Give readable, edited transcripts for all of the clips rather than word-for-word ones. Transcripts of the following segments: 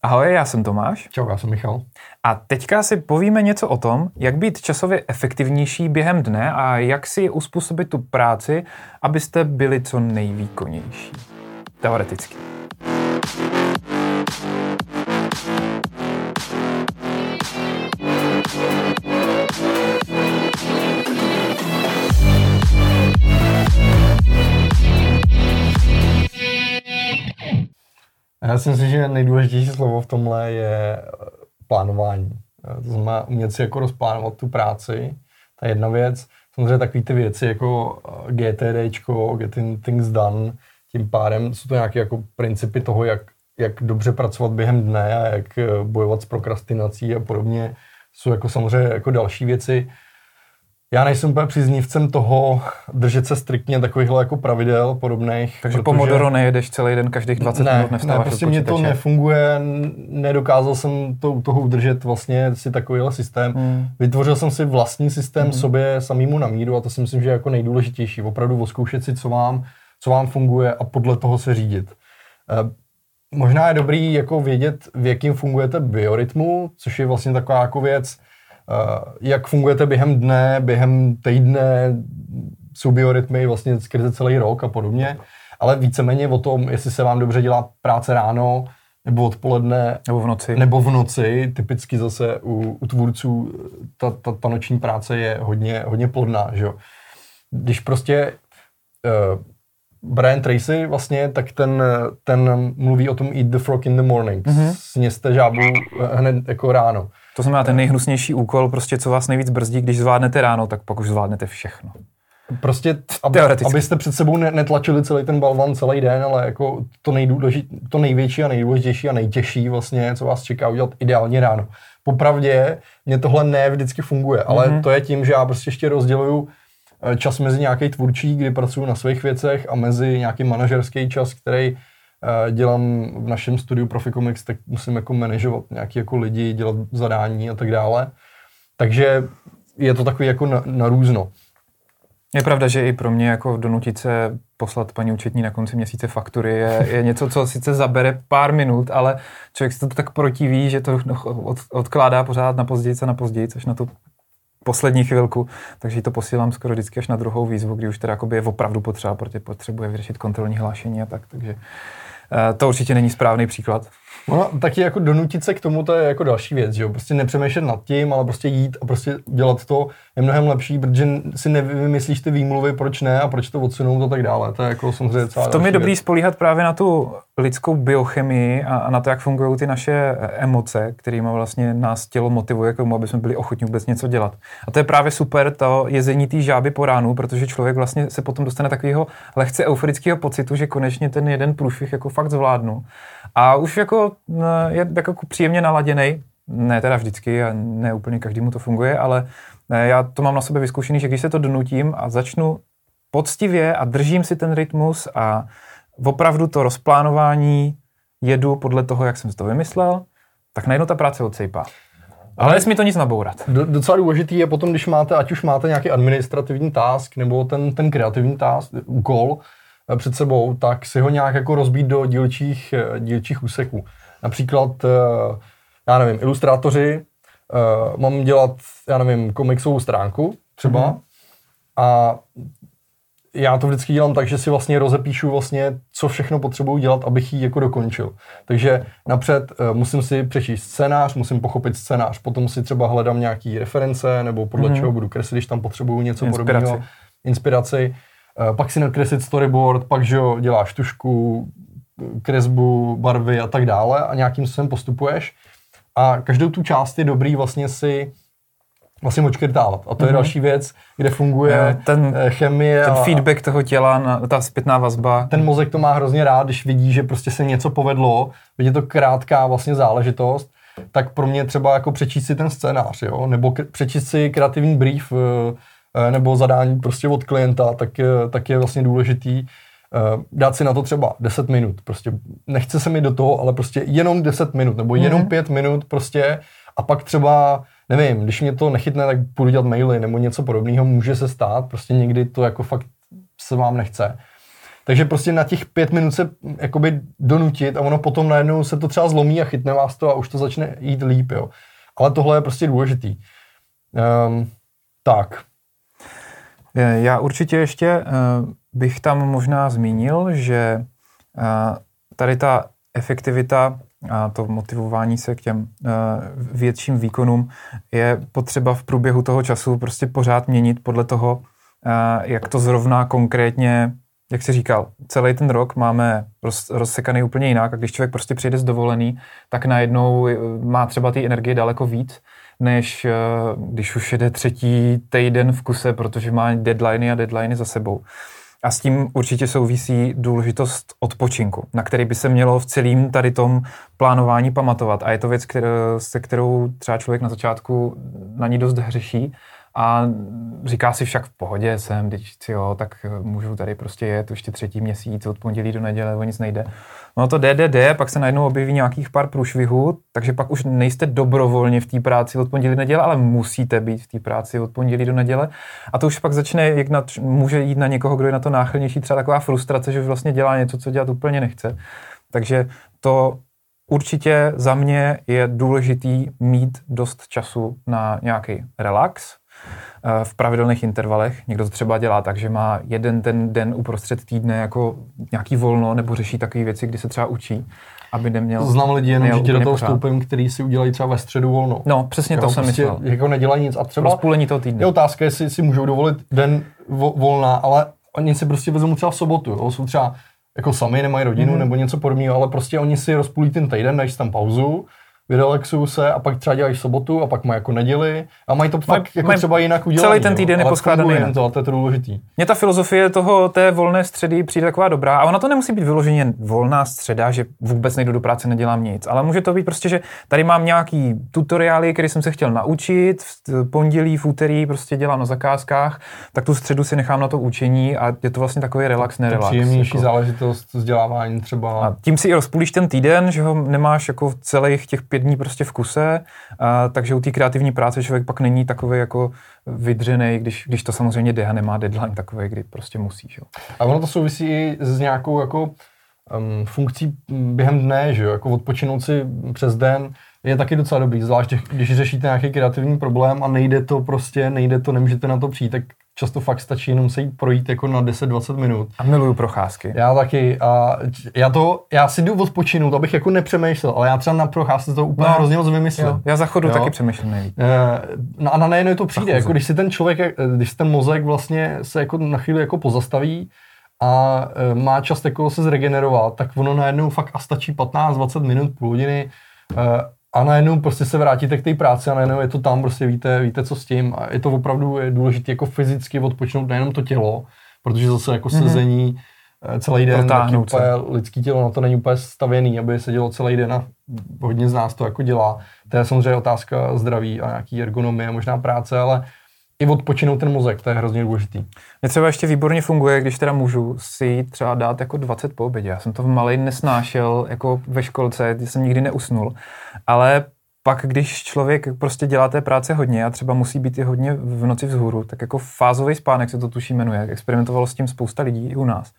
Ahoj, já jsem Tomáš. Čau, já jsem Michal. A teďka si povíme něco o tom, jak být časově efektivnější během dne a jak si uspůsobit tu práci, abyste byli co nejvýkonnější. Teoreticky. Já si myslím, že nejdůležitější slovo v tomhle je plánování. To znamená umět si jako rozplánovat tu práci, to je jedna věc. Samozřejmě takové ty věci jako GTDčko, Getting Things Done, tím pádem jsou to nějaké jako principy toho, jak dobře pracovat během dne a jak bojovat s prokrastinací a podobně. Jsou jako samozřejmě jako další věci. Já nejsem úplně příznivcem toho držet se striktně takovýchhle jako pravidel podobných. Takže Pomodoro nejedeš celý den, každých 20 minut nevstáváš. Ne, prostě mě to nefunguje, nedokázal jsem to u toho udržet vlastně si takovýhle systém. Vytvořil jsem si vlastní systém sobě samýmu na míru a to si myslím, že je jako nejdůležitější. Opravdu odzkoušet si, co vám funguje a podle toho se řídit. Možná je dobrý jako vědět, v jakým fungujete biorytmu, což je vlastně taková jako věc, jak fungujete během dne, během týdne, jsou biorytmy vlastně skrze celý rok a podobně, ale víceméně o tom, jestli se vám dobře dělá práce ráno, nebo odpoledne, nebo v noci. Typicky zase u tvůrců ta noční práce je hodně plodná, že jo. Když prostě Brian Tracy vlastně, tak ten mluví o tom eat the frog in the morning, sněste žábu hned jako ráno. To znamená ten nejhnusnější úkol, prostě co vás nejvíc brzdí, když zvládnete ráno, tak pak už zvládnete všechno. Prostě, abyste před sebou netlačili celý ten balvan celý den, ale jako to největší a nejdůležitější a nejtěžší vlastně, co vás čeká udělat ideálně ráno. Popravdě, mně tohle ne vždycky funguje, ale to je tím, že já prostě ještě rozděluju čas mezi nějaký tvůrčí, kdy pracuji na svých věcech a mezi nějaký manažerský čas, který dělám v našem studiu Proficomics, tak musím jako manažovat nějaký jako lidi, dělat zadání a tak dále. Takže je to takový jako na různo. Je pravda, že i pro mě jako donutit se poslat paní účetní na konci měsíce faktury je něco, co sice zabere pár minut, ale člověk si to tak protiví, že to odkládá pořád na později, až na tu poslední chvilku, takže to posílám skoro vždycky až na druhou výzvu, kdy už teda je opravdu potřeba, protože potřebuje vyřešit kontrolní hlášení a tak, takže to určitě není správný příklad. No, taky jako donutit se k tomu, to je jako další věc, že jo, prostě nepřemýšlet nad tím, ale prostě jít a prostě dělat to je mnohem lepší, protože si nevymyslíš ty výmluvy, proč ne a proč to odsunout a tak dále, to je jako samozřejmě celá. V tom je dobrý spolíhat právě na tu lidskou biochemii a na to, jak fungují ty naše emoce, kterými vlastně nás tělo motivuje k tomu, aby jsme byli ochotní vůbec něco dělat. A to je právě super to jezení té žáby po ránu, protože člověk vlastně se potom dostane takového lehce euforického pocitu, že konečně ten jeden průšvih jako fakt zvládnu. A už jako je jako příjemně naladěnej, ne teda vždycky a ne úplně každému to funguje, ale já to mám na sobě vyzkoušený, že když se to donutím a začnu poctivě a držím si ten rytmus a opravdu to rozplánování jedu podle toho, jak jsem si to vymyslel, tak najednou ta práce odsejpá. Ale nesmí to nic nabourat. Docela důležitý je potom, když máte, ať už máte nějaký administrativní task nebo ten kreativní task, úkol před sebou, tak si ho nějak jako rozbít do dílčích úseků. Například, já nevím, ilustrátoři, mám dělat, já nevím, komiksovou stránku třeba a já to vždycky dělám tak, že si vlastně rozepíšu vlastně, co všechno potřebuji dělat, abych ji jako dokončil. Takže napřed musím si přečíst scénář, musím pochopit scénář, potom si třeba hledám nějaký reference nebo podle čeho budu kreslit, když tam potřebuju něco podobného, inspiraci. Pak si nakreslit storyboard, pak že jo, děláš tušku, kresbu, barvy a tak dále a nějakým způsobem postupuješ. A každou tu část je dobrý vlastně si vlastně odškrtávat. A to je další věc, kde funguje chemie. Ten feedback toho těla, ta zpětná vazba. Ten mozek to má hrozně rád, když vidí, že prostě se něco povedlo, je to krátká vlastně záležitost, tak pro mě třeba jako přečíst si ten scénář, jo? Nebo přečíst si kreativní brief nebo zadání prostě od klienta, tak je vlastně důležitý dát si na to třeba 10 minut. Prostě nechce se mi do toho, ale prostě jenom 10 minut nebo jenom 5 minut prostě a pak třeba, nevím, když mě to nechytne, tak půjdu dělat maily nebo něco podobného, může se stát, prostě někdy to jako fakt se vám nechce. Takže prostě na těch 5 minut se jakoby donutit a ono potom najednou se to třeba zlomí a chytne vás to a už to začne jít líp, jo. Ale tohle je prostě důležitý. Tak. Já určitě ještě bych tam možná zmínil, že tady ta efektivita a to motivování se k těm větším výkonům je potřeba v průběhu toho času prostě pořád měnit podle toho, jak to zrovna konkrétně, jak jsi říkal, celý ten rok máme rozsekaný úplně jinak a když člověk prostě přijde z dovolený, tak najednou má třeba ty energie daleko víc, než když už jede 3. týden v kuse, protože má deadliny za sebou. A s tím určitě souvisí důležitost odpočinku, na který by se mělo v celém tady tom plánování pamatovat. A je to věc, se kterou třeba člověk na začátku na ní dost hřeší a říká si však v pohodě jsem, tak můžu tady prostě jet ještě 3. měsíc od pondělí do neděle, o nic nejde. No to jde, pak se najednou objeví nějakých pár průšvihů, takže pak už nejste dobrovolně v té práci od pondělí do neděle, ale musíte být v té práci od pondělí do neděle. A to už pak začne, může jít na někoho, kdo je na to náchylnější, třeba taková frustrace, že už vlastně dělá něco, co dělat úplně nechce. Takže to určitě za mě je důležitý mít dost času na nějaký relax, v pravidelných intervalech. Někdo to třeba dělá tak, že má jeden ten den uprostřed týdne jako nějaký volno nebo řeší takové věci, kdy se třeba učí, aby neměl. Znám lidi, jenom že ti do toho vstoupím, který si udělají třeba ve středu volno. No, přesně to jsem myslel. Jako nedělají nic a třeba rozpůlení toho týdne. Je otázka, jestli si můžou dovolit den volna, ale oni si prostě vezmou třeba v sobotu, jo? Jsou třeba jako sami, nemají rodinu nebo něco podobného, ale prostě oni si rozpůlí ten týden, dají si tam pauzu, vyrelaxují se a pak třeba dělají sobotu a pak mají jako neděli a mají to fakt jako třeba jinak udělaný. Celý ten týden je poskládaný jinak. To je to důležitý. Mně ta filozofie té volné středy přijde taková dobrá a ona to nemusí být vyloženě volná středa, že vůbec nejdu do práce, nedělám nic, ale může to být prostě, že tady mám nějaký tutoriály, který jsem se chtěl naučit, v pondělí, v úterý prostě dělám na zakázkách, tak tu středu si nechám na to učení a je to vlastně takový relax, nerelax. Příjemnější jako záležitost vzdělávání třeba. A tím si i rozpůlíš ten týden, že ho nemáš jako celých těch 5 dní prostě v kuse, takže u té kreativní práce člověk pak není takový jako vydřenej, když to samozřejmě jde a nemá deadline takový, kdy prostě musíš. Jo. A ono to souvisí i s nějakou jako funkcí během dne, že jo, jako odpočinout si přes den je taky docela dobrý, zvlášť když řešíte nějaký kreativní problém a nejde to, nemůžete na to přijít, tak často fakt stačí jenom se jít projít jako na 10-20 minut. A miluju procházky. Já taky. A já si jdu odpočinout, abych jako nepřemýšlel, ale já třeba na procházce to úplně hrozně moc vymyslím. Já za chodu taky přemýšlím nejvíc. No a najednou to přijde, jako když si ten člověk, když ten mozek vlastně se jako na chvíli jako pozastaví a má čas jako se zregenerovat, tak ono najednou fakt a stačí 15-20 minut, půl hodiny a najednou prostě se vrátíte k té práci a najednou je to tam, prostě víte co s tím a je to opravdu důležité jako fyzicky odpočnout nejenom to tělo, protože zase jako sezení celý den, lidský tělo na to není úplně stavěný, aby se dělo celý den a hodně z nás to jako dělá. To je samozřejmě otázka zdraví a nějaký ergonomie, možná práce, ale i odpočinout ten mozek, to je hrozně důležitý. Mně třeba ještě výborně funguje, když teda můžu si třeba dát jako 20 po obědě. Já jsem to v malej nesnášel jako ve školce, kdy jsem nikdy neusnul, ale pak, když člověk prostě dělá té práce hodně a třeba musí být i hodně v noci vzhůru, tak jako fázový spánek se to tuším jmenuje, experimentovalo s tím spousta lidí i u nás.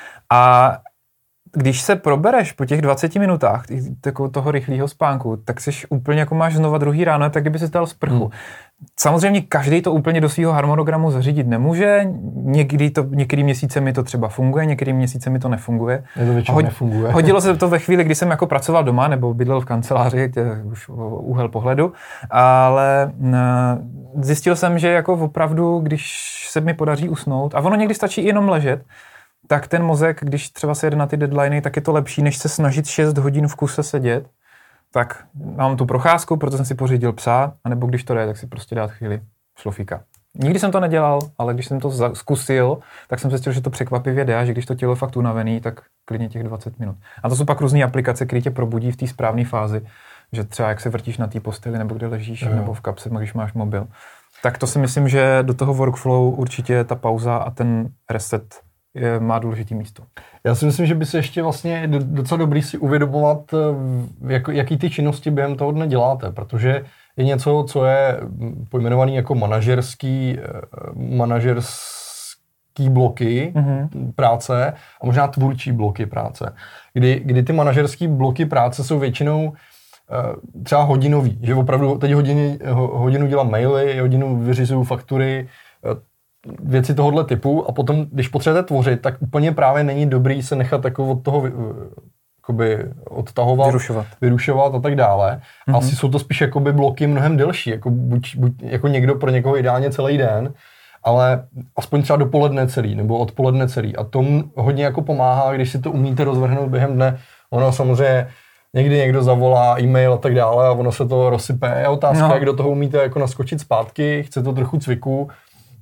A když se probereš po těch 20 minutách toho rychlého spánku, tak jsi úplně jako máš znova druhý ráno, tak kdyby si dal sprchu. Samozřejmě každý to úplně do svého harmonogramu zařídit nemůže, některý měsíce mi to třeba funguje, některý měsíce mi to nefunguje. Nefunguje. Hodilo se to ve chvíli, kdy jsem jako pracoval doma nebo bydlel v kanceláři, už úhel pohledu, ale zjistil jsem, že jako opravdu, když se mi podaří usnout, a ono někdy stačí jenom ležet, tak ten mozek, když třeba se jede na ty deadliny, tak je to lepší, než se snažit 6 hodin v kuse sedět. Tak mám tu procházku, proto jsem si pořídil psa, anebo když to jde, tak si prostě dát chvíli šlofíka. Nikdy jsem to nedělal, ale když jsem to zkusil, tak jsem zjistil, že to překvapivě jde a že když to tělo je fakt unavený, tak klidně těch 20 minut. A to jsou pak různé aplikace, které tě probudí v té správné fázi, že třeba jak se vrtíš na té posteli, nebo kde ležíš, nebo v kapse, když máš mobil. Tak to si myslím, že do toho workflow určitě ta pauza a ten reset má důležitý místo. Já si myslím, že by se ještě vlastně docela dobrý si uvědomovat, jaký ty činnosti během toho dne děláte, protože je něco, co je pojmenovaný jako manažerský bloky práce a možná tvůrčí bloky práce. Kdy ty manažerský bloky práce jsou většinou třeba hodinový, že opravdu teď hodinu dělám maily, hodinu vyřizuju faktury, věci tohohle typu a potom, když potřebujete tvořit, tak úplně právě není dobrý se nechat jako od toho jakoby odtahovat, vyrušovat a tak dále. Asi jsou to spíš jakoby bloky mnohem delší, jako buď jako někdo pro někoho ideálně celý den, ale aspoň třeba dopoledne celý nebo odpoledne celý. A to hodně jako pomáhá, když si to umíte rozvrhnout během dne. Ono samozřejmě někdy někdo zavolá, e-mail a tak dále a ono se to rozsype. Je otázka, jak do toho umíte jako naskočit zpátky, chce to trochu cviku,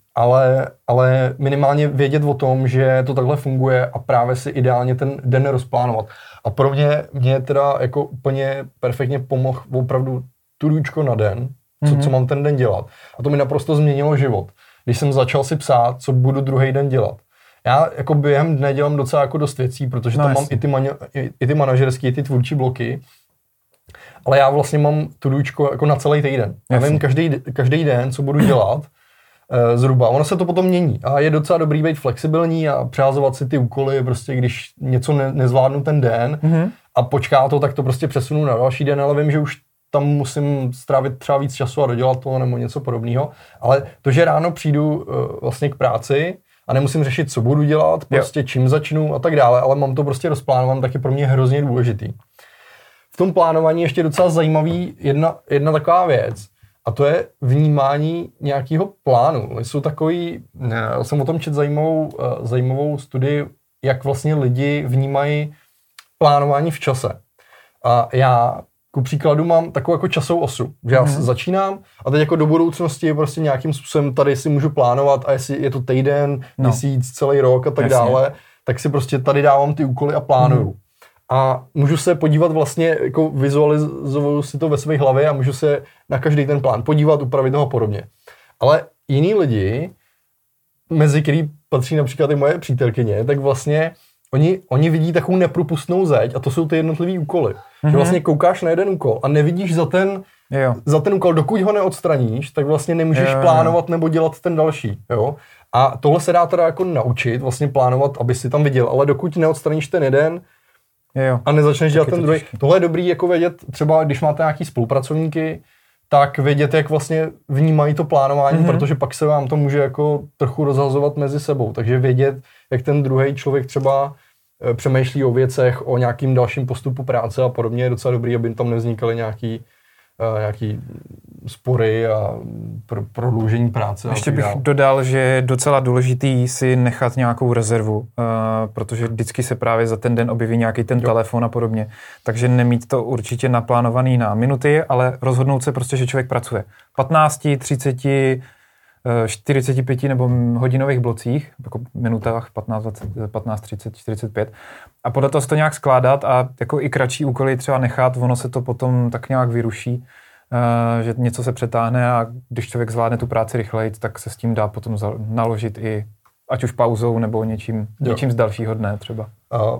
ale minimálně vědět o tom, že to takhle funguje a právě si ideálně ten den rozplánovat. A pro mě teda jako úplně perfektně pomohl opravdu tudučko na den, co mám ten den dělat. A to mi naprosto změnilo život. Když jsem začal si psát, co budu druhý den dělat. Já jako během dne dělám docela jako dost věcí, protože tam mám i ty manažerský, i ty tvůrčí bloky, ale já vlastně mám tudučko jako na celý týden. Já vím každý den, co budu dělat, zhruba. Ono se to potom mění a je docela dobrý být flexibilní a přehazovat si ty úkoly, prostě když něco nezvládnu ten den a počká to, tak to prostě přesunu na další den, ale vím, že už tam musím strávit třeba víc času a dodělat to nebo něco podobného. Ale to, že ráno přijdu vlastně k práci a nemusím řešit, co budu dělat, prostě čím začnu a tak dále, ale mám to prostě rozplánované, tak je pro mě hrozně důležitý. V tom plánování ještě docela zajímavý jedna taková věc, a to je vnímání nějakého plánu. Jsou takový, já jsem o tom četl zajímavou studii, jak vlastně lidi vnímají plánování v čase. A já ku příkladu mám takovou jako časovou osu, že já začínám a teď jako do budoucnosti prostě nějakým způsobem tady si můžu plánovat a jestli je to týden, měsíc, celý rok a tak dále, tak si prostě tady dávám ty úkoly a plánuju. A můžu se podívat vlastně, jako vizualizuju si to ve své hlavě a můžu se na každý ten plán podívat, upravit ho a podobně. Ale jiní lidi, mezi který patří například i moje přítelkyně, tak vlastně oni vidí takovou nepropustnou zeď a to jsou ty jednotlivý úkoly. Že vlastně koukáš na jeden úkol a nevidíš za ten úkol, dokud ho neodstraníš, tak vlastně nemůžeš plánovat nebo dělat ten další. Jo? A tohle se dá teda jako naučit, vlastně plánovat, aby si tam viděl, ale dokud neodstraníš ten jeden, a nezačneš dělat ten druhý. Tohle je dobrý jako vědět, třeba když máte nějaký spolupracovníky, tak vědět, jak vlastně vnímají to plánování, protože pak se vám to může jako trochu rozhazovat mezi sebou. Takže vědět, jak ten druhý člověk třeba přemýšlí o věcech, o nějakým dalším postupu práce a podobně, je docela dobrý, aby tam nevznikaly nějaký spory a prodloužení práce. Ještě bych dodal, že je docela důležitý si nechat nějakou rezervu, protože vždycky se právě za ten den objeví nějaký ten telefon a podobně. Takže nemít to určitě naplánovaný na minuty, ale rozhodnout se prostě, že člověk pracuje 15, 30, 45 nebo hodinových blocích, jako minutách 15, 20, 15, 30, 45 a podle toho se to nějak skládat a jako i kratší úkoly třeba nechat, ono se to potom tak nějak vyruší, že něco se přetáhne a když člověk zvládne tu práci rychleji, tak se s tím dá potom naložit i ať už pauzou nebo něčím z dalšího dne třeba.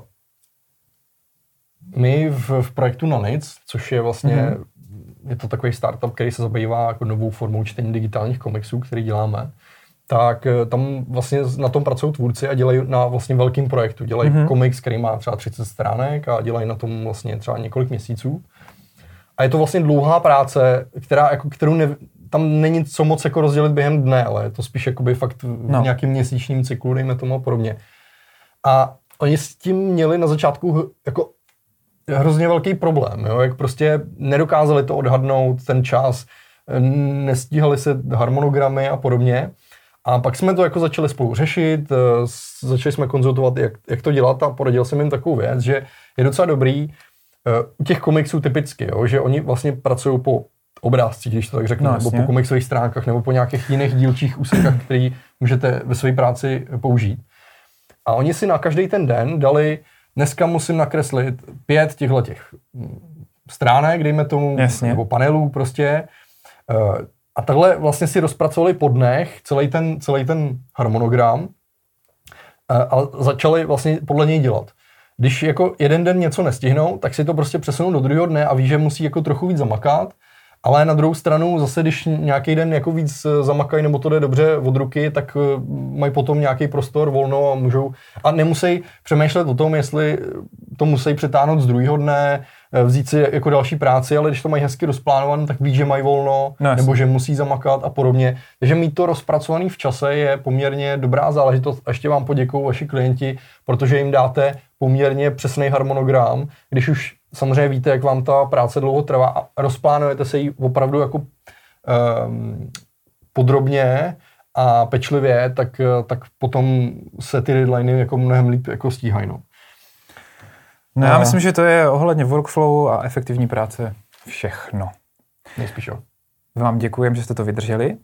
My v projektu Nanic, což je vlastně je to takový startup, který se zabývá jako novou formou čtení digitálních komiksů, který děláme, tak tam vlastně na tom pracují tvůrci a dělají na vlastně velkým projektu. Dělají komiks, který má třeba 30 stránek a dělají na tom vlastně třeba několik měsíců. A je to vlastně dlouhá práce, tam není co moc jako rozdělit během dne, ale je to spíš jakoby fakt v nějakým měsíčním cyklu, dejme tomu a podobně. A oni s tím měli na začátku jako hrozně velký problém, jo? Jak prostě nedokázali to odhadnout, ten čas, nestíhali se harmonogramy a podobně. A pak jsme to jako začali spolu řešit, začali jsme konzultovat, jak to dělat a poradil jsem jim takovou věc, že je docela dobrý u těch komiksů typicky, jo? Že oni vlastně pracují po obrázcích, když to tak řeknu, nebo po komiksových stránkách, nebo po nějakých jiných dílčích úsekách, který můžete ve své práci použít. A oni si na každý ten den dali, dneska musím nakreslit 5 těch stránek, dejme tomu, nebo panelů prostě. A takhle vlastně si rozpracovali po dnech celý ten harmonogram a začali vlastně podle něj dělat. Když jako jeden den něco nestihnou, tak si to prostě přesunou do druhého dne a ví, že musí jako trochu víc zamakat Ale na druhou stranu zase, když nějaký den jako víc zamakají nebo to jde dobře od ruky, tak mají potom nějaký prostor volno a nemusí přemýšlet o tom, jestli to musí přetáhnout z druhého dne, vzít si jako další práci, ale když to mají hezky rozplánované, tak ví, že mají volno, nebo že musí zamakat a podobně. Takže mít to rozpracovaný v čase je poměrně dobrá záležitost a ještě vám poděkuju vaši klienti, protože jim dáte poměrně přesný harmonogram, když už samozřejmě víte, jak vám ta práce dlouho trvá a rozplánujete se ji opravdu jako podrobně a pečlivě, tak potom se ty deadliny jako mnohem líp jako stíhají. No já myslím, že to je ohledně workflow a efektivní práce všechno. Nejspíš jo. Vám děkujem, že jste to vydrželi.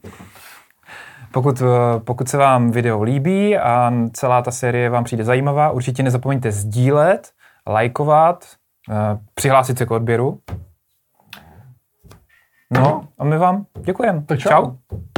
Pokud se vám video líbí a celá ta série vám přijde zajímavá, určitě nezapomeňte sdílet, lajkovat, přihlásit se k odběru. No a my vám děkujeme. Tak čau.